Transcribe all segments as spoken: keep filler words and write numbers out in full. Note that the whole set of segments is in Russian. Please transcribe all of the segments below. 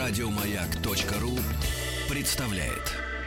Радиомаяк.ру представляет.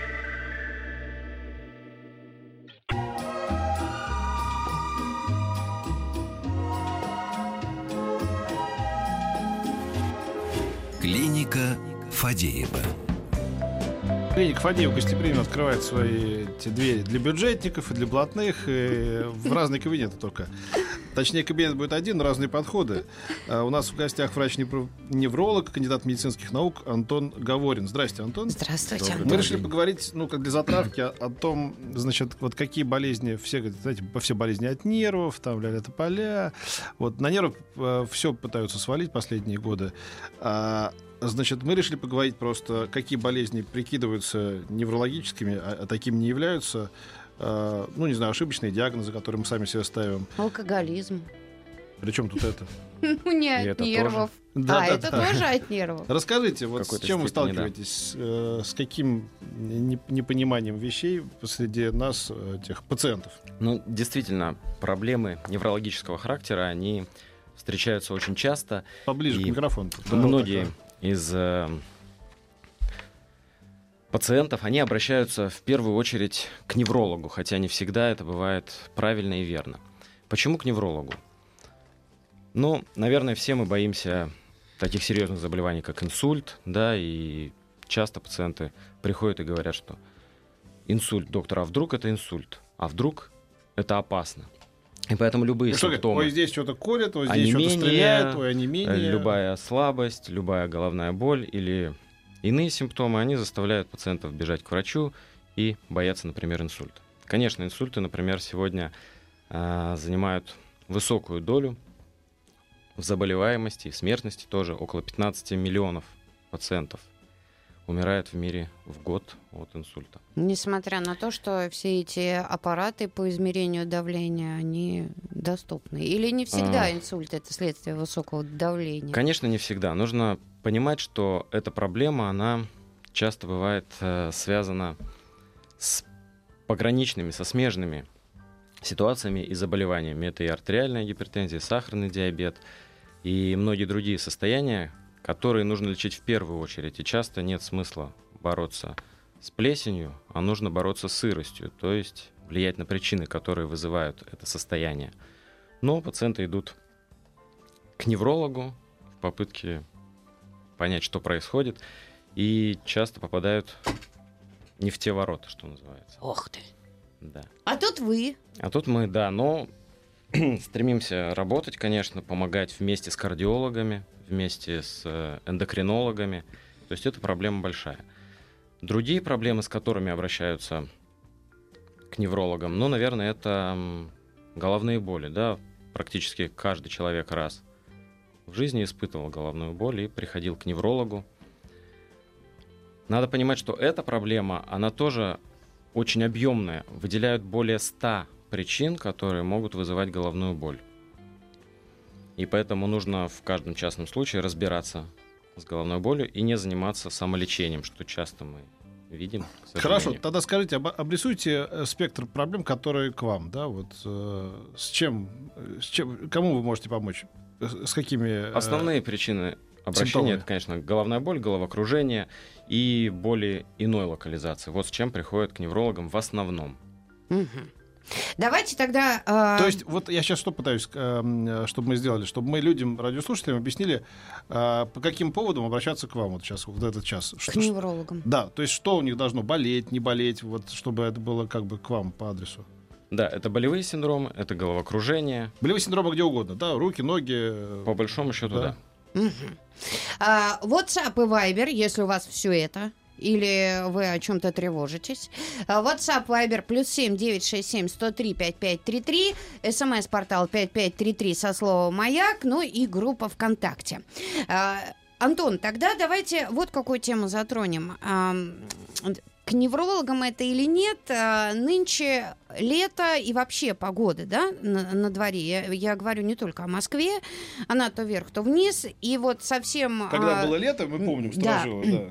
Клиника Фадеева. Клиника Фадеева гостеприимно открывает свои эти двери для бюджетников и для блатных, и в разные кабинеты только. Точнее, кабинет будет один, но разные подходы. А у нас в гостях врач-невролог, кандидат медицинских наук Антон Гаворин. Здрасте, Антон. Здравствуйте, Антон. Мы решили поговорить, ну, как для затравки, о, о том, значит, вот какие болезни, все, знаете, все болезни от нервов, там, ля-ля поля. Вот на нервы э, все пытаются свалить последние годы. А, значит, мы решили поговорить просто, какие болезни прикидываются неврологическими, а, а такими не являются. Uh, ну, не знаю, ошибочные диагнозы, которые мы сами себе ставим. Алкоголизм. Причем тут это? Ну, не от нервов. Да, а, да, это да. тоже от нервов. Расскажите, вот с чем вы сталкиваетесь, да. с каким непониманием вещей среди нас, тех пациентов? Ну, действительно, проблемы неврологического характера, они встречаются очень часто. Поближе к микрофону. Многие вот из э, пациентов, они обращаются в первую очередь к неврологу, хотя не всегда это бывает правильно и верно. Почему к неврологу? Ну, наверное, все мы боимся таких серьезных заболеваний, как инсульт, да, и часто пациенты приходят и говорят, что инсульт, доктор, а вдруг это инсульт? А вдруг это опасно? И поэтому любые ну, симптомы... Ой, здесь что-то колет, ой, здесь что-то стреляет, ой, онемение. Любая слабость, любая головная боль или иные симптомы, они заставляют пациентов бежать к врачу и бояться, например, инсульта. Конечно, инсульты, например, сегодня э, занимают высокую долю в заболеваемости и в смертности тоже. Около пятнадцать миллионов пациентов умирает в мире в год от инсульта. Несмотря на то, что все эти аппараты по измерению давления, они доступны. Или не всегда а... инсульт — это следствие высокого давления? Конечно, не всегда. Нужно понимать, что эта проблема, она часто бывает э, связана с пограничными, со смежными ситуациями и заболеваниями. Это и артериальная гипертензия, и сахарный диабет, и многие другие состояния, которые нужно лечить в первую очередь. И часто нет смысла бороться с плесенью, а нужно бороться с сыростью, то есть влиять на причины, которые вызывают это состояние. Но пациенты идут к неврологу в попытке понять, что происходит, и часто попадают не в те ворота, что называется. Ох ты! Да. А тут вы. А тут мы, да, но стремимся работать, конечно, помогать вместе с кардиологами, вместе с эндокринологами. То есть это проблема большая. Другие проблемы, с которыми обращаются к неврологам, ну, наверное, это головные боли, да, практически каждый человек раз в жизни испытывал головную боль и приходил к неврологу. Надо понимать, что эта проблема, она тоже очень объемная. Выделяют более ста причин, которые могут вызывать головную боль. И поэтому нужно в каждом частном случае разбираться с головной болью и не заниматься самолечением, что часто мы видим, к сожалению. Хорошо, тогда скажите, об, обрисуйте спектр проблем, которые к вам, да, вот э, с чем, с чем, кому вы можете помочь, с какими... Э, Основные причины обращения симптомы. Это, конечно, головная боль, головокружение и боли иной локализации. Вот с чем приходят к неврологам в основном. Угу. Давайте тогда... Э... То есть, вот я сейчас что пытаюсь, э, чтобы мы сделали, чтобы мы людям, радиослушателям, объяснили, э, по каким поводам обращаться к вам вот сейчас, в этот час. К что, неврологам. Да, то есть, что у них должно болеть, не болеть, вот, чтобы это было как бы к вам по адресу. Да, это болевые синдромы, это головокружение. Болевые синдромы где угодно, да, руки, ноги. По большому счету, да. да. Угу. А, WhatsApp и Viber, если у вас все это... Или вы о чем-то тревожитесь. WhatsApp, Viber, плюс семь девятьсот шестьдесят семь сто три пятьдесят пять тридцать три. СМС-портал пять пять три три со словом «Маяк». Ну и группа ВКонтакте. Антон, тогда давайте вот какую тему затронем. К неврологам это или нет, нынче лето и вообще погода, да, на, на дворе. Я, я говорю не только о Москве, она то вверх, то вниз. И вот совсем... Когда а... было лето, мы помним, Сторожило, да. да.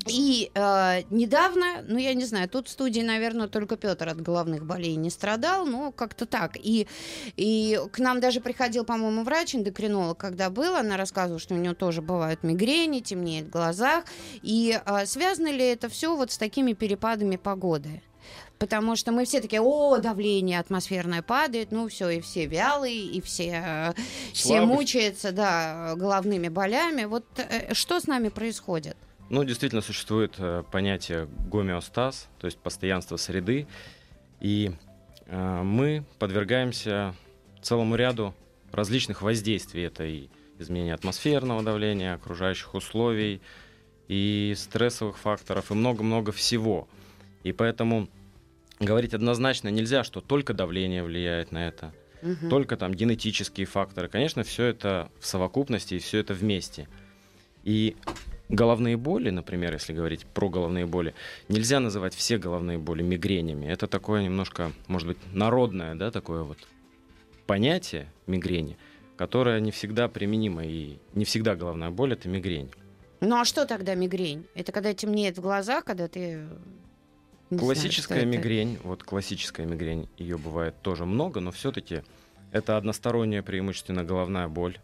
И э, недавно, ну, я не знаю, тут в студии, наверное, только Петр от головных болей не страдал, но как-то так. И, и к нам даже приходил, по-моему, врач-эндокринолог, когда был, она рассказывала, что у нее тоже бывают мигрени, темнеет в глазах. И э, связано ли это все вот с такими перепадами погоды? Потому что мы все такие, о, давление атмосферное падает, ну все, и все вялые, и все, все мучаются, да, головными болями. Вот э, что с нами происходит? Ну, действительно, существует э, понятие гомеостаз, то есть постоянство среды, и э, мы подвергаемся целому ряду различных воздействий. Это и изменение атмосферного давления, окружающих условий, и стрессовых факторов, и много-много всего. И поэтому говорить однозначно нельзя, что только давление влияет на это, угу. только там генетические факторы. Конечно, все это в совокупности, и все это вместе. И головные боли, например, если говорить про головные боли, нельзя называть все головные боли мигренями. Это такое немножко, может быть, народное, да, такое вот понятие мигрени, которое не всегда применимо, и не всегда головная боль — это мигрень. Ну а что тогда мигрень? Это когда темнеет в глазах, когда ты... Не классическая знаю, мигрень, вот классическая мигрень, ее бывает тоже много, но все-таки это односторонняя преимущественно головная боль,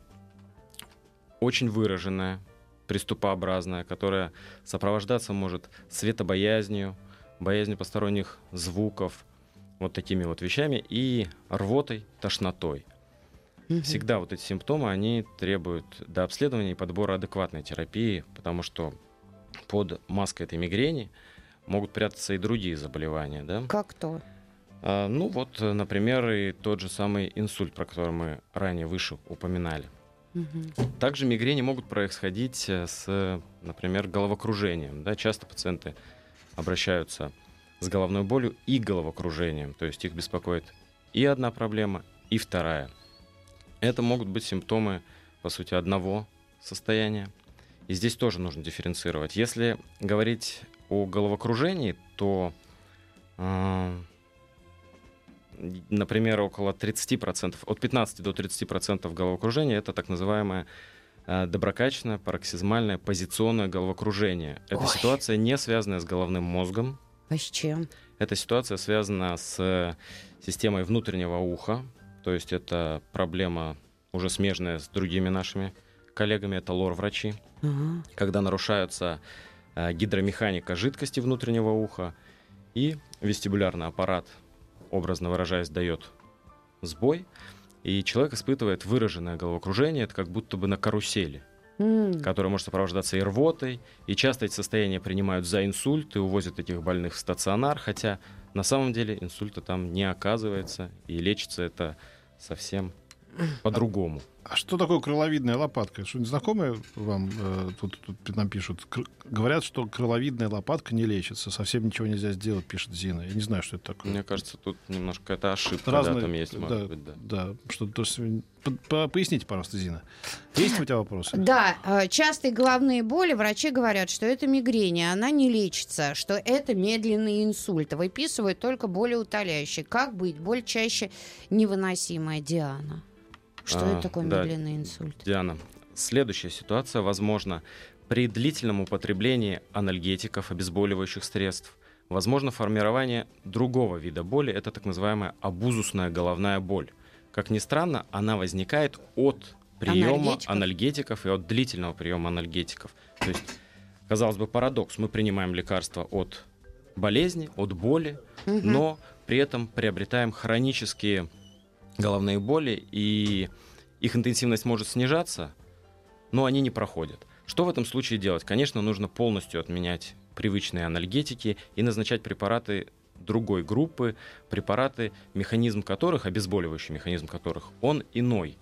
очень выраженная, приступообразная, которая сопровождаться может светобоязнью, боязнью посторонних звуков, вот такими вот вещами, и рвотой, тошнотой. Угу. Всегда вот эти симптомы, они требуют дообследования и подбора адекватной терапии, потому что под маской этой мигрени могут прятаться и другие заболевания. Да? Как то? А, ну вот, например, и тот же самый инсульт, про который мы ранее выше упоминали. Угу. Также мигрени могут происходить с, например, головокружением. Да? Часто пациенты обращаются с головной болью и головокружением, то есть их беспокоит и одна проблема, и вторая. Это могут быть симптомы, по сути, одного состояния. И здесь тоже нужно дифференцировать. Если говорить о головокружении, то, э, например, около тридцать процентов, от пятнадцати до тридцати процентов головокружения — это так называемое э, доброкачественное пароксизмальное позиционное головокружение. Это Ой. Ситуация, не связанная с головным мозгом. А с чем? Эта ситуация связана с системой внутреннего уха, то есть это проблема уже смежная с другими нашими коллегами, это лор-врачи, uh-huh. когда нарушаются э, гидромеханика жидкости внутреннего уха, и вестибулярный аппарат, образно выражаясь, дает сбой, и человек испытывает выраженное головокружение, это как будто бы на карусели, mm. которое может сопровождаться и рвотой, и часто эти состояния принимают за инсульт и увозят этих больных в стационар, хотя на самом деле инсульта там не оказывается, и лечится это совсем по-другому. А что такое крыловидная лопатка? Что-нибудь знакомое вам? Э, тут, тут нам пишут. Кр- говорят, что крыловидная лопатка не лечится. Совсем ничего нельзя сделать, пишет Зина. Я не знаю, что это такое. Мне кажется, тут немножко это ошибка. Разные, да, там есть, может да, быть, да. Да, что-то, по- поясните, пожалуйста, Зина. Есть у тебя вопросы? Да, частые головные боли. Врачи говорят, что это мигрень, она не лечится, что это медленный инсульт. Выписывают только болеутоляющие. Как быть? Боль чаще невыносимая. Диана. Что а, это такое да, медленный инсульт? Диана, следующая ситуация возможна при длительном употреблении анальгетиков, обезболивающих средств. Возможно формирование другого вида боли, это так называемая абузусная головная боль. Как ни странно, она возникает от приема анальгетиков, анальгетиков и от длительного приема анальгетиков. То есть, казалось бы, парадокс. Мы принимаем лекарства от болезни, от боли, угу. но при этом приобретаем хронические головные боли, и их интенсивность может снижаться, но они не проходят. Что в этом случае делать? Конечно, нужно полностью отменять привычные анальгетики и назначать препараты другой группы, препараты, механизм которых, обезболивающий механизм которых, он иной.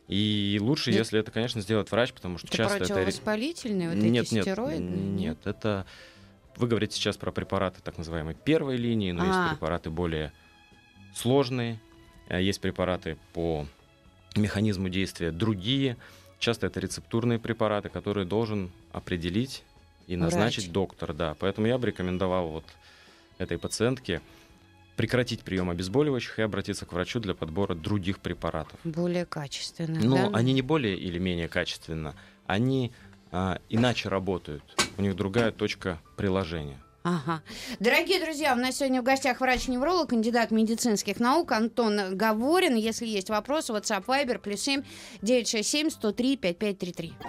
И лучше, нет, если это, конечно, сделает врач, потому что это часто это... противовоспалительные, вот нет, эти нет, стероиды? Нет, это... Вы говорите сейчас про препараты так называемой первой линии, но А-а-а. есть препараты более сложные, есть препараты по механизму действия другие. Часто это рецептурные препараты, которые должен определить и назначить врач. Доктор. Да. Поэтому я бы рекомендовал вот этой пациентке прекратить прием обезболивающих и обратиться к врачу для подбора других препаратов. Более качественных, Но да? они не более или менее качественно. Они а, иначе работают. У них другая точка приложения. Ага. Дорогие друзья, у нас сегодня в гостях врач-невролог, кандидат медицинских наук Антон Говорин. Если есть вопросы, WhatsApp, Viber, плюс семь девятьсот шестьдесят семь сто три пятьдесят пять тридцать три.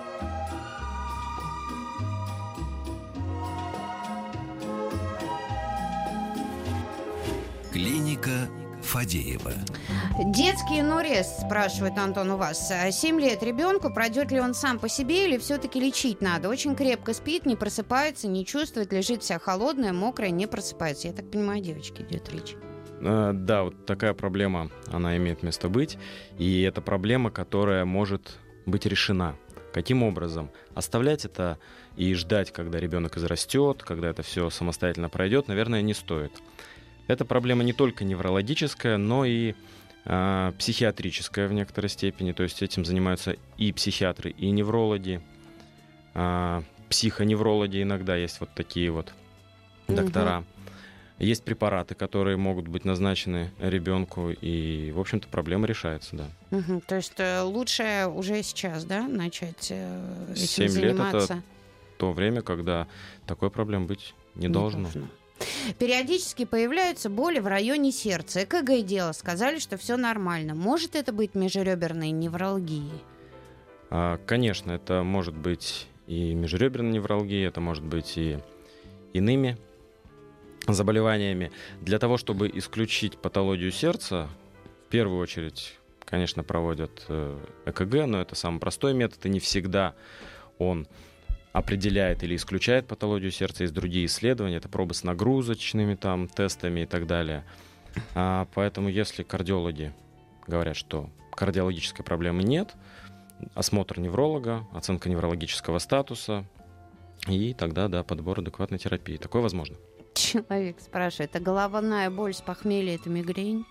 Клиника Фадеева. Детский нурез, спрашивает Антон у вас. семь лет ребенку, пройдет ли он сам по себе или все-таки лечить надо? Очень крепко спит, не просыпается, не чувствует, лежит вся холодная, мокрая, не просыпается. Я так понимаю, о девочке идет речь. А, да, вот такая проблема, она имеет место быть. И это проблема, которая может быть решена. Каким образом? Оставлять это и ждать, когда ребенок израстет, когда это все самостоятельно пройдет, наверное, не стоит. Эта проблема не только неврологическая, но и э, психиатрическая в некоторой степени. То есть этим занимаются и психиатры, и неврологи, э, психоневрологи иногда есть вот такие вот доктора. Угу. Есть препараты, которые могут быть назначены ребенку, и, в общем-то, проблема решается, да. Угу. То есть лучше уже сейчас, да, начать э, этим семь заниматься? лет — это то время, когда такой проблем быть не, не должно. должно. Периодически появляются боли в районе сердца. ЭКГ дело, сказали, что все нормально. Может это быть межреберной невралгией? А, конечно, это может быть и межреберной невралгией, это может быть и иными заболеваниями. Для того, чтобы исключить патологию сердца, в первую очередь, конечно, проводят ЭКГ, но это самый простой метод, и не всегда он определяет или исключает патологию сердца. Есть другие исследования, это пробы с нагрузочными там, тестами и так далее. А, поэтому если кардиологи говорят, что кардиологической проблемы нет, осмотр невролога, оценка неврологического статуса, и тогда, да, подбор адекватной терапии. Такое возможно. Человек спрашивает, а головная боль с похмелья — это мигрень?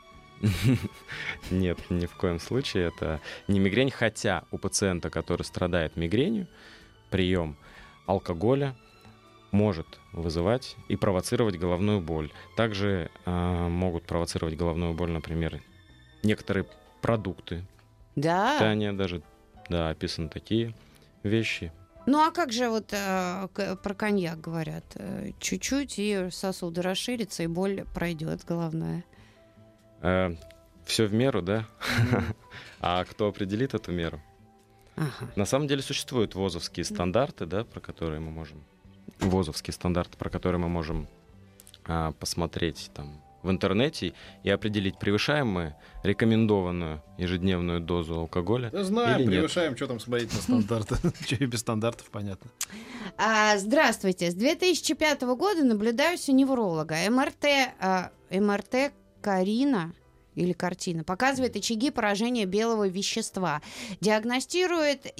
Нет, ни в коем случае это не мигрень, хотя у пациента, который страдает мигренью, прием алкоголя может вызывать и провоцировать головную боль. Также э, могут провоцировать головную боль, например, некоторые продукты. Да? Питания даже, да, описаны такие вещи. Ну а как же вот э, про коньяк говорят? Э, чуть-чуть, и сосуды расширятся, и боль пройдет головная. Э, все в меру, да? А кто определит эту меру? Ага. На самом деле существуют ВОЗовские стандарты, да, про которые мы можем... ВОЗовские стандарты, про которые мы можем а, посмотреть там в интернете и определить, превышаем мы рекомендованную ежедневную дозу алкоголя. Да, знаем, или превышаем, нет. что там смотреть на стандарты. Че и без стандартов, понятно. А, здравствуйте. С две тысячи пятого года наблюдаюсь у невролога. МРТ, а, МРТ Карина или картина показывает очаги поражения белого вещества. Диагностирует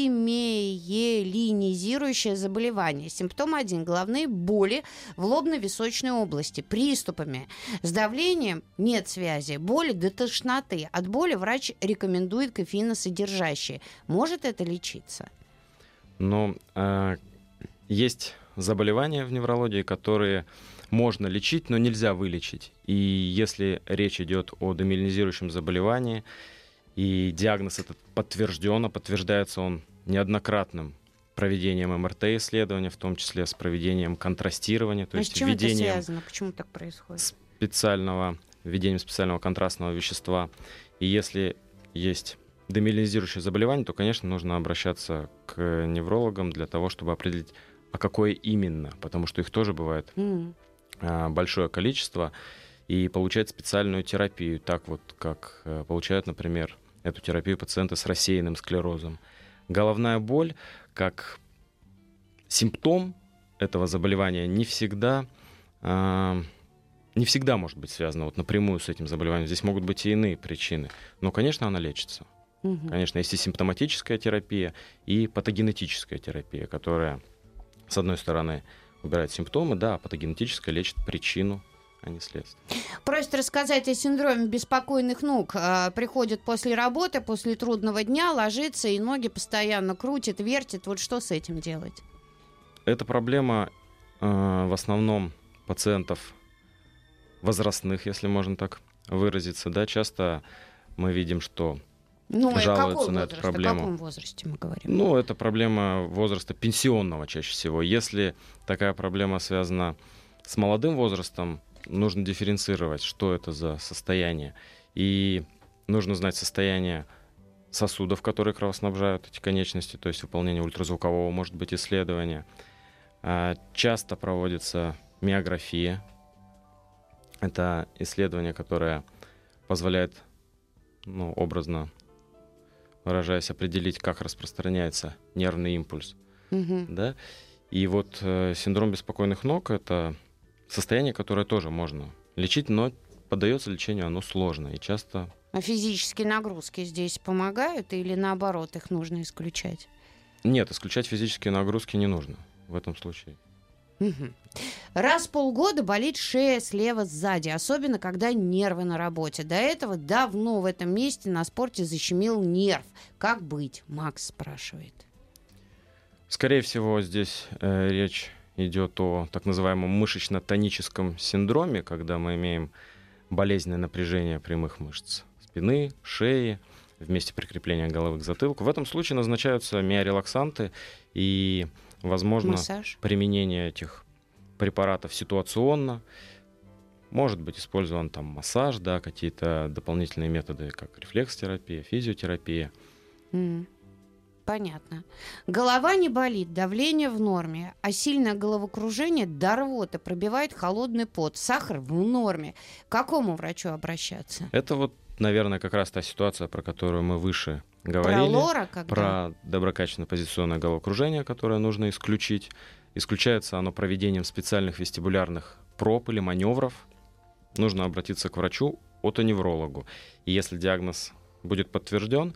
демиелинизирующее заболевание. Симптом один. Головные боли в лобно-височной области. Приступами. С давлением нет связи. Боли до тошноты. От боли врач рекомендует кофеиносодержащие. Может это лечиться? Но э, есть заболевания в неврологии, которые можно лечить, но нельзя вылечить. И если речь идет о демиелинизирующем заболевании, и диагноз этот подтвержден, а подтверждается он неоднократным проведением МРТ-исследования, в том числе с проведением контрастирования, то а есть с чем введением это связано? Почему так происходит? специального, введением специального контрастного вещества. И если есть демиелинизирующее заболевание, то, конечно, нужно обращаться к неврологам для того, чтобы определить, а какое именно, потому что их тоже бывает mm. большое количество, и получать специальную терапию, так вот, как получают, например, эту терапию пациенты с рассеянным склерозом. Головная боль, как симптом этого заболевания, не всегда, э, не всегда может быть связана вот напрямую с этим заболеванием. Здесь могут быть и иные причины, но, конечно, она лечится. Mm-hmm. Конечно, есть и симптоматическая терапия, и патогенетическая терапия, которая, с одной стороны, убирает симптомы, да, а патогенетическая лечит причину, а не следствие. Просят рассказать о синдроме беспокойных ног. Приходит после работы, после трудного дня, ложится и ноги постоянно крутит, вертит. Вот что с этим делать? Это проблема э, в основном пациентов возрастных, если можно так выразиться. Да, часто мы видим, что Ну, и жалуются какой на возраст? эту проблему. О каком возрасте мы говорим? Ну, это проблема возраста пенсионного чаще всего. Если такая проблема связана с молодым возрастом, нужно дифференцировать, что это за состояние. И нужно знать состояние сосудов, которые кровоснабжают эти конечности, то есть выполнение ультразвукового, может быть, исследования. Часто проводится миография. Это исследование, которое позволяет, ну, образно выражаясь, определить, как распространяется нервный импульс. Угу. Да? И вот э, синдром беспокойных ног — это состояние, которое тоже можно лечить, но поддается лечению оно сложно и часто... А физические нагрузки здесь помогают или наоборот их нужно исключать? Нет, исключать физические нагрузки не нужно в этом случае. Угу. Раз в полгода болит шея слева сзади, особенно когда нервы на работе. До этого давно в этом месте на спорте защемил нерв. Как быть? Макс спрашивает. Скорее всего, здесь э, речь идет о так называемом мышечно-тоническом синдроме, когда мы имеем болезненное напряжение прямых мышц спины, шеи, в месте прикрепления головы к затылку. В этом случае назначаются миорелаксанты, и возможно Массаж. Применение этих препаратов ситуационно. Может быть использован там массаж, да, какие-то дополнительные методы, как рефлекс-терапия, физиотерапия. Mm. Понятно. Голова не болит, давление в норме, а сильное головокружение до рвоты, пробивает холодный пот, сахар в норме. К какому врачу обращаться? Это вот, наверное, как раз та ситуация, про которую мы выше говорили. Про лора, когда? Про доброкачественное позиционное головокружение, которое нужно исключить. Исключается оно проведением специальных вестибулярных проб или маневров. Нужно обратиться к врачу-отоневрологу. И если диагноз будет подтвержден,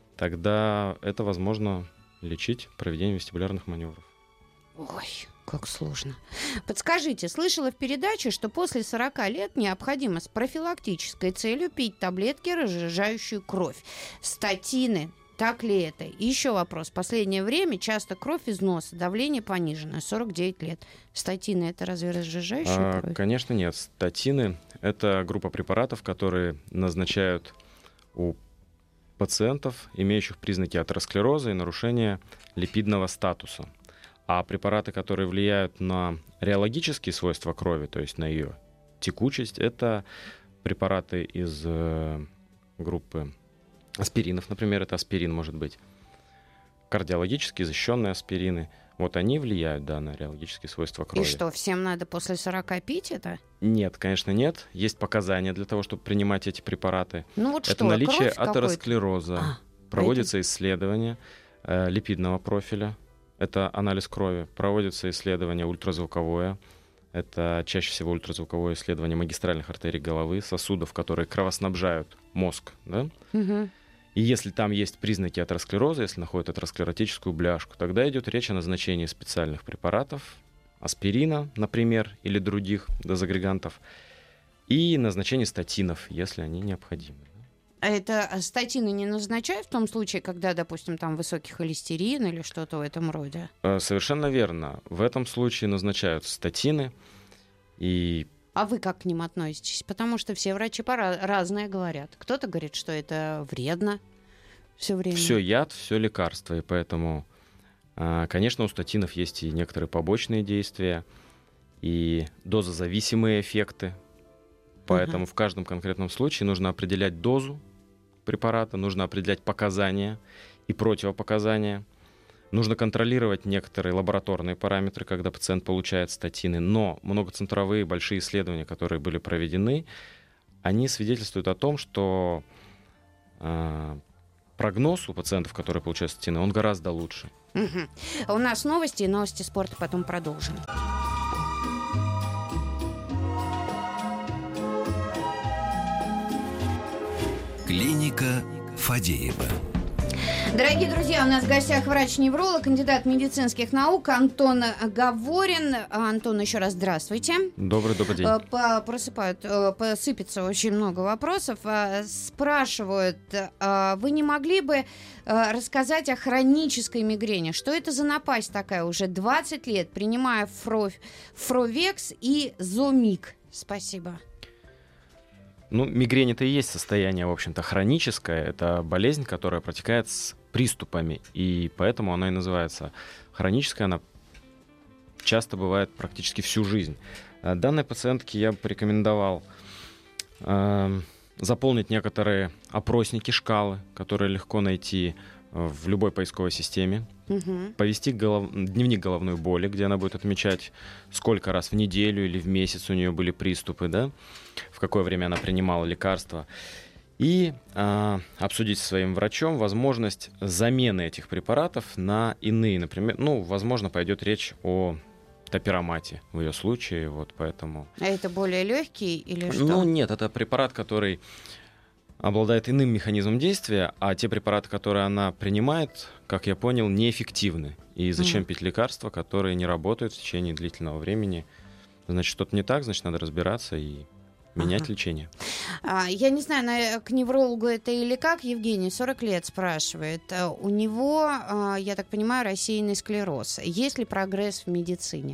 тогда это возможно лечить проведением вестибулярных маневров. Ой, как сложно. Подскажите, слышала в передаче, что после сорока лет необходимо с профилактической целью пить таблетки, разжижающие кровь. Статины. Так ли это? И еще вопрос. В последнее время часто кровь из носа, давление пониженное, сорок девять лет. Статины — это разве разжижающая А, кровь? конечно, нет. Статины — это группа препаратов, которые назначают у пациентов, имеющих признаки атеросклероза и нарушения липидного статуса. А препараты, которые влияют на реологические свойства крови, то есть на ее текучесть, это препараты из э, группы аспиринов, например, это аспирин может быть, кардиологически защищенные аспирины. Вот они влияют, да, на реологические свойства крови. И что, всем надо после сорока пить это? Нет, конечно, нет. Есть показания для того, чтобы принимать эти препараты. Ну вот это что, наличие кровь какой-то? атеросклероза. А, Проводится исследование э, липидного профиля. Это анализ крови. Проводится исследование ультразвуковое. Это чаще всего ультразвуковое исследование магистральных артерий головы, сосудов, которые кровоснабжают мозг. Да? Угу. И если там есть признаки атеросклероза, если находят атеросклеротическую бляшку, тогда идет речь о назначении специальных препаратов, аспирина, например, или других дозагрегантов, и назначении статинов, если они необходимы. А это статины не назначают в том случае, когда, допустим, там высокий холестерин или что-то в этом роде? Совершенно верно. В этом случае назначают статины. И... А вы как к ним относитесь? Потому что все врачи пора- разные говорят. Кто-то говорит, что это вредно все время. Все яд, все лекарство. И поэтому, конечно, у статинов есть и некоторые побочные действия, и дозозависимые эффекты. Поэтому uh-huh. в каждом конкретном случае нужно определять дозу препарата, нужно определять показания и противопоказания. Нужно контролировать некоторые лабораторные параметры, когда пациент получает статины. Но многоцентровые большие исследования, которые были проведены, они свидетельствуют о том, что э, прогноз у пациентов, которые получают статины, он гораздо лучше. Угу. У нас новости и новости спорта, потом продолжим. Клиника Фадеева. Дорогие друзья, у нас в гостях врач-невролог, кандидат медицинских наук Антон Гаворин. Антон, еще раз здравствуйте. Добрый, добрый день. Просыпают, посыпется очень много вопросов. Спрашивают, вы не могли бы рассказать о хронической мигрени? Что это за напасть такая? Уже двадцать лет принимая фро, Фровекс и Зомиг. Спасибо. Ну, мигрень — это и есть состояние, в общем-то, хроническое. Это болезнь, которая протекает с приступами, и поэтому она и называется хронической. Она часто бывает практически всю жизнь. Данной пациентке я бы порекомендовал э, заполнить некоторые опросники, шкалы, которые легко найти в любой поисковой системе, угу. повести голов... дневник головной боли, где она будет отмечать, сколько раз в неделю или в месяц у нее были приступы, да, в какое время она принимала лекарства, и э, обсудить со своим врачом возможность замены этих препаратов на иные. Например, ну, возможно, пойдет речь о топирамате в ее случае, вот поэтому... А это более легкий или что? Ну, нет, это препарат, который обладает иным механизмом действия, а те препараты, которые она принимает, как я понял, неэффективны. И зачем mm. пить лекарства, которые не работают в течение длительного времени? Значит, что-то не так, значит, надо разбираться и менять ага. лечение. А, я не знаю, на, к неврологу это или как. Евгений, сорок лет, спрашивает. У него, я так понимаю, рассеянный склероз. Есть ли прогресс в медицине?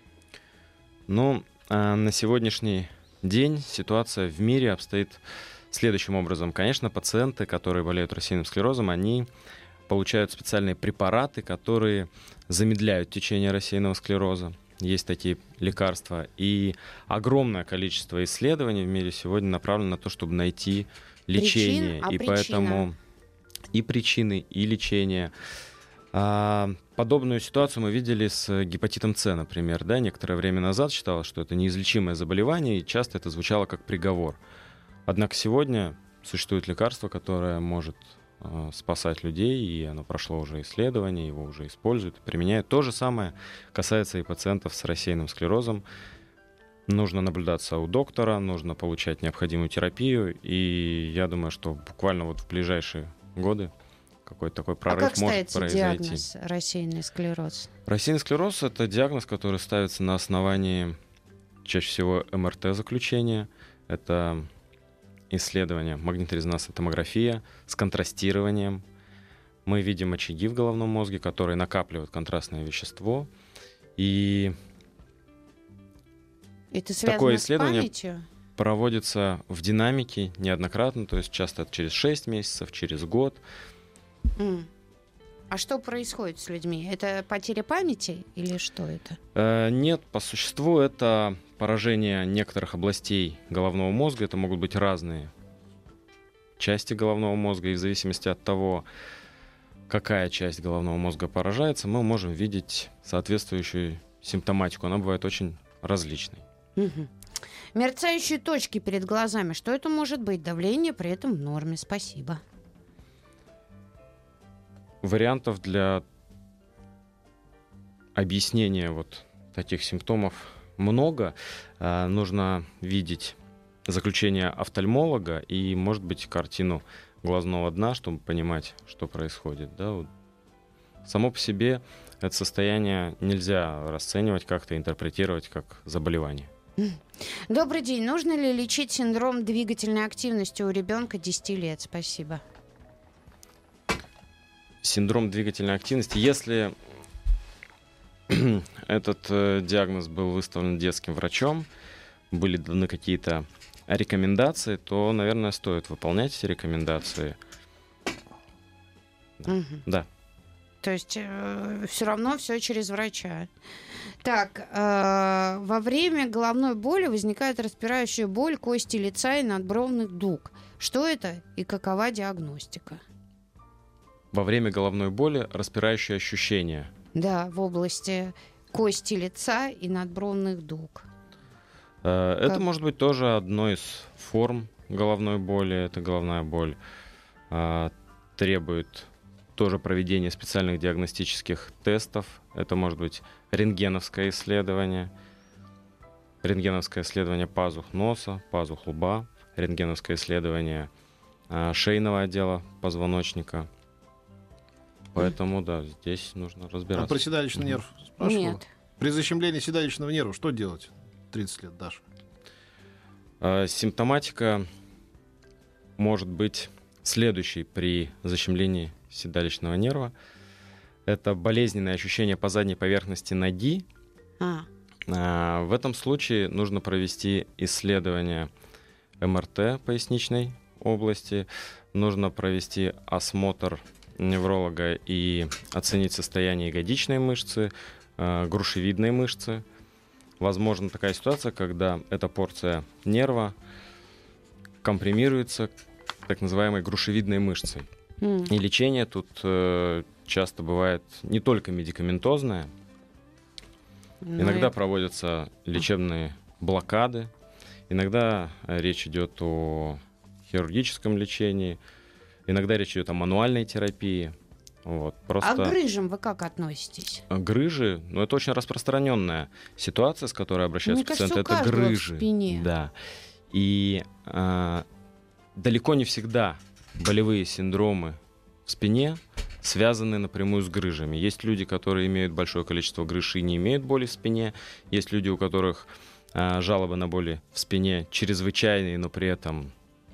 Ну, на сегодняшний день ситуация в мире обстоит следующим образом. Конечно, пациенты, которые болеют рассеянным склерозом, они получают специальные препараты, которые замедляют течение рассеянного склероза. Есть такие лекарства. И огромное количество исследований в мире сегодня направлено на то, чтобы найти лечение. Причин, а и причина? Поэтому и причины, и лечение. А, подобную ситуацию мы видели с гепатитом С, например. Да? Некоторое время назад считалось, что это неизлечимое заболевание, и часто это звучало как приговор. Однако сегодня существует лекарство, которое может э, спасать людей, и оно прошло уже исследование, его уже используют, применяют. То же самое касается и пациентов с рассеянным склерозом. Нужно наблюдаться у доктора, нужно получать необходимую терапию, и я думаю, что буквально вот в ближайшие годы какой-то такой прорыв а как может ставится произойти. Диагноз рассеянный склероз? Рассеянный склероз — это диагноз, который ставится на основании чаще всего эм эр тэ-заключения. Это исследование, магниторезонансная томография с контрастированием. Мы видим очаги в головном мозге, которые накапливают контрастное вещество. И это связано такое с исследование памятью? Проводится в динамике неоднократно, то есть часто это через шесть месяцев, через год. Mm. А что происходит с людьми? Это потеря памяти или что это? Э, нет, по существу это поражение некоторых областей головного мозга. Это могут быть разные части головного мозга. И в зависимости от того, какая часть головного мозга поражается, мы можем видеть соответствующую симптоматику. Она бывает очень различной. Угу. Мерцающие точки перед глазами. Что это может быть? Давление при этом в норме. Спасибо. Вариантов для объяснения вот таких симптомов много. А, нужно видеть заключение офтальмолога и, может быть, картину глазного дна, чтобы понимать, что происходит. Да? Вот. Само по себе это состояние нельзя расценивать как-то, интерпретировать как заболевание. Добрый день. Нужно ли лечить синдром двигательной активности у ребенка десяти лет? Спасибо. Синдром двигательной активности. Если этот э, диагноз был выставлен детским врачом, были даны какие-то рекомендации, то, наверное, стоит выполнять эти рекомендации. Да. Угу. Да. То есть э, все равно все через врача. Так, э, во время головной боли возникает распирающая боль кости лица и надбровных дуг. Что это и какова диагностика? Во время головной боли распирающие ощущения. Да, в области кости лица и надбровных дуг. Это как? Может быть тоже одной из форм головной боли. Это головная боль а, требует тоже проведения специальных диагностических тестов. Это может быть рентгеновское исследование, рентгеновское исследование пазух носа, пазух лба, рентгеновское исследование а, шейного отдела позвоночника. Поэтому, да, здесь нужно разбираться. А про седалищный mm-hmm. нерв спрашивала? Нет. При защемлении седалищного нерва что делать? тридцать лет, Даша. А, симптоматика может быть следующей при защемлении седалищного нерва. Это болезненное ощущение по задней поверхности ноги. А. А, в этом случае нужно провести исследование эм эр тэ поясничной области, нужно провести осмотр невролога и оценить состояние ягодичной мышцы, э, грушевидной мышцы. Возможна такая ситуация, когда эта порция нерва компримируется так называемой грушевидной мышцей. Mm. И лечение тут э, часто бывает не только медикаментозное. Mm. Иногда проводятся лечебные блокады, иногда речь идет о хирургическом лечении, иногда речь идет о мануальной терапии. Вот, просто... А к грыжам вы как относитесь? Грыжи, ну это очень распространенная ситуация, с которой обращаются Мне кажется, пациенты. Это грыжи. В спине. Да. И э, далеко не всегда болевые синдромы в спине связаны напрямую с грыжами. Есть люди, которые имеют большое количество грыж и не имеют боли в спине. Есть люди, у которых э, жалобы на боли в спине чрезвычайные, но при этом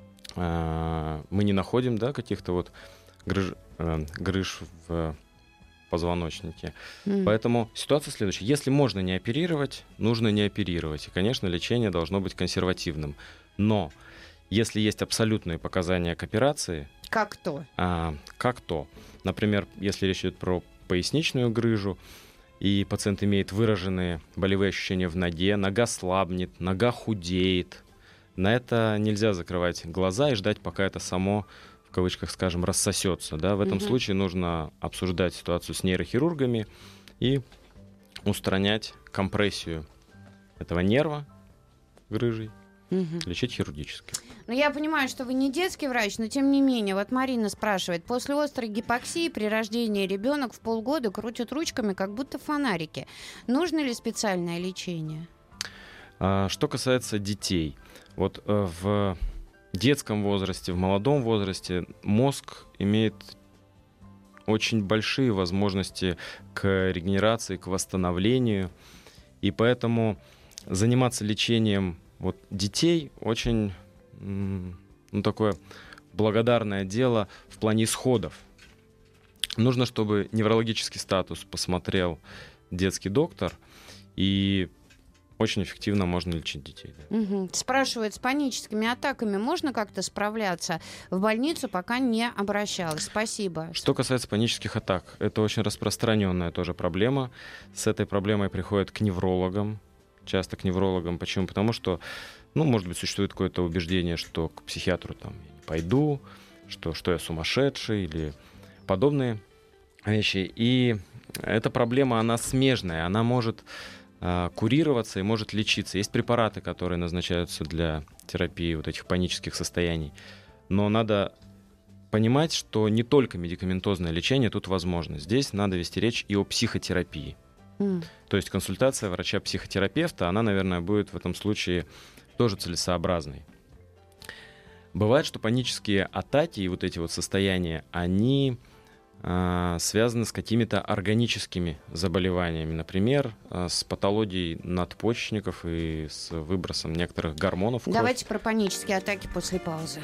э, мы не находим, да, каких-то вот грыж, э, грыж в позвоночнике. Mm. Поэтому ситуация следующая. Если можно не оперировать, нужно не оперировать. И, конечно, лечение должно быть консервативным. Но если есть абсолютные показания к операции... Как то? А, как то. Например, если речь идет про поясничную грыжу, и пациент имеет выраженные болевые ощущения в ноге, нога слабнет, нога худеет, на это нельзя закрывать глаза и ждать, пока это само, в кавычках, скажем, рассосется. Да? В этом mm-hmm. случае нужно обсуждать ситуацию с нейрохирургами и устранять компрессию этого нерва грыжей, угу. лечить хирургически. Ну, я понимаю, что вы не детский врач, но тем не менее, вот Марина спрашивает, после острой гипоксии при рождении ребенок в полгода крутит ручками, как будто фонарики. Нужно ли специальное лечение? А, что касается детей, вот э, в детском возрасте, в молодом возрасте мозг имеет очень большие возможности к регенерации, к восстановлению, и поэтому заниматься лечением вот детей очень, ну, такое благодарное дело в плане исходов. Нужно, чтобы неврологический статус посмотрел детский доктор, и очень эффективно можно лечить детей. Да. Угу. Спрашивают, с паническими атаками можно как-то справляться? В больницу пока не обращалась. Спасибо. Что касается панических атак, это очень распространенная тоже проблема. С этой проблемой приходят к неврологам, часто к неврологам. Почему? Потому что, ну, может быть, существует какое-то убеждение, что к психиатру там я не пойду, что, что я сумасшедший или подобные вещи. И эта проблема, она смежная, она может курироваться и может лечиться. Есть препараты, которые назначаются для терапии вот этих панических состояний. Но надо понимать, что не только медикаментозное лечение тут возможно. Здесь надо вести речь и о психотерапии. Mm. То есть консультация врача-психотерапевта, она, наверное, будет в этом случае тоже целесообразной. Бывает, что панические атаки и вот эти вот состояния, они связаны с какими-то органическими заболеваниями, например, с патологией надпочечников и с выбросом некоторых гормонов в кровь. Давайте про панические атаки после паузы.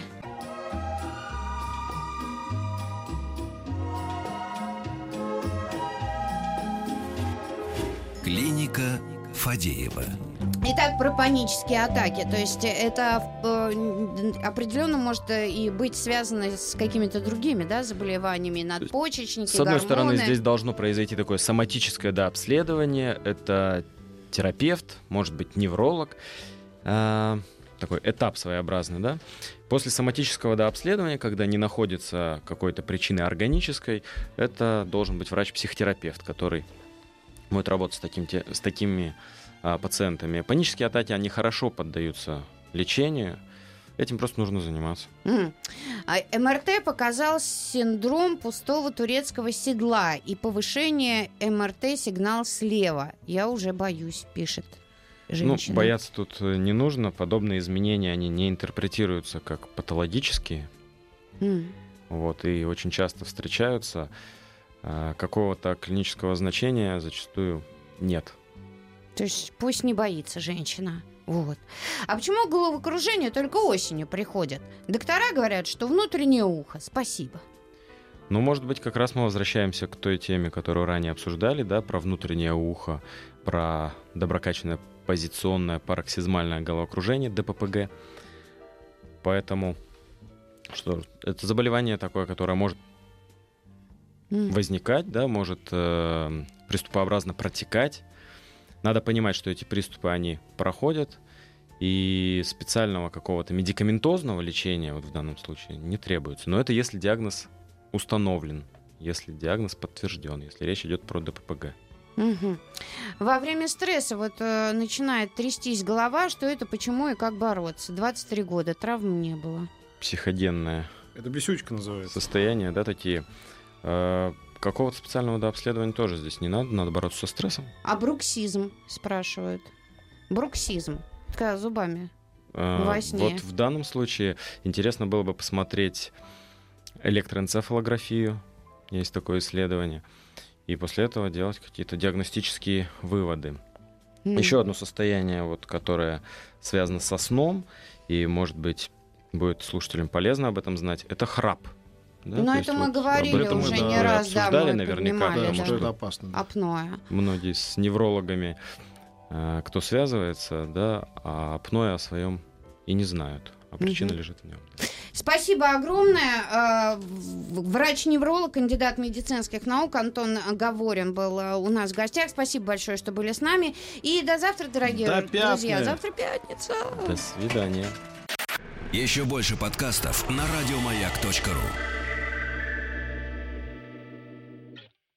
Клиника Фадеева. Итак, про панические атаки. То есть это э, определенно может и быть связано с какими-то другими, да, заболеваниями, надпочечники, с одной гормоны. стороны, здесь должно произойти такое соматическое, да, обследование. Это терапевт, может быть, невролог. Э, такой этап своеобразный, да. После соматического, да, обследования, когда не находится какой-то причины органической, это должен быть врач-психотерапевт, который будет работать с, таким, с такими пациентами. Панические атаки, они хорошо поддаются лечению. Этим просто нужно заниматься. Mm. эм эр тэ показал синдром пустого турецкого седла и повышение эм эр тэ-сигнал слева. Я уже боюсь, пишет женщина. Ну, бояться тут не нужно. Подобные изменения, они не интерпретируются как патологические. Mm. Вот, и очень часто встречаются. Какого-то клинического значения зачастую нет. То есть пусть не боится женщина. Вот. А почему головокружение только осенью приходит? Доктора говорят, что внутреннее ухо. Спасибо. Ну, может быть, как раз мы возвращаемся к той теме, которую ранее обсуждали, да, про внутреннее ухо, про доброкачественное позиционное пароксизмальное головокружение, дэ пэ пэ гэ. Поэтому что это заболевание такое, которое может mm. возникать, да, может э, приступообразно протекать. Надо понимать, что эти приступы, они проходят, и специального какого-то медикаментозного лечения вот в данном случае не требуется. Но это если диагноз установлен, если диагноз подтвержден, если речь идет про ДППГ. Угу. Во время стресса вот э, начинает трястись голова, что это, почему и как бороться. двадцать три года, травм не было. Психоденное Это бесючка называется. состояние, да, такие. Э, какого-то специального да, обследования тоже здесь не надо, надо бороться со стрессом. А бруксизм, спрашивают. Бруксизм, когда зубами Э, во сне. Вот в данном случае интересно было бы посмотреть электроэнцефалографию, есть такое исследование, и после этого делать какие-то диагностические выводы. Mm. Еще одно состояние, вот, которое связано со сном, и, может быть, будет слушателям полезно об этом знать, это храп. Да? Ну, То это есть мы вот говорили об этом уже мы, не да, раз, да, обсуждали мы наверняка, поднимали, потому да. Что что это опасно. да. Апноэ. многие с неврологами, э, кто связывается, да, а апноэ о своем и не знают, а причина Мгм. лежит в нем. Да. Спасибо огромное. Э, в- Врач-невролог, кандидат медицинских наук Антон Гаворин был э, у нас в гостях. Спасибо большое, что были с нами. И до завтра, дорогие До друзья. пятны. Завтра пятница. До свидания. Еще больше подкастов на радиомаяк точка ру.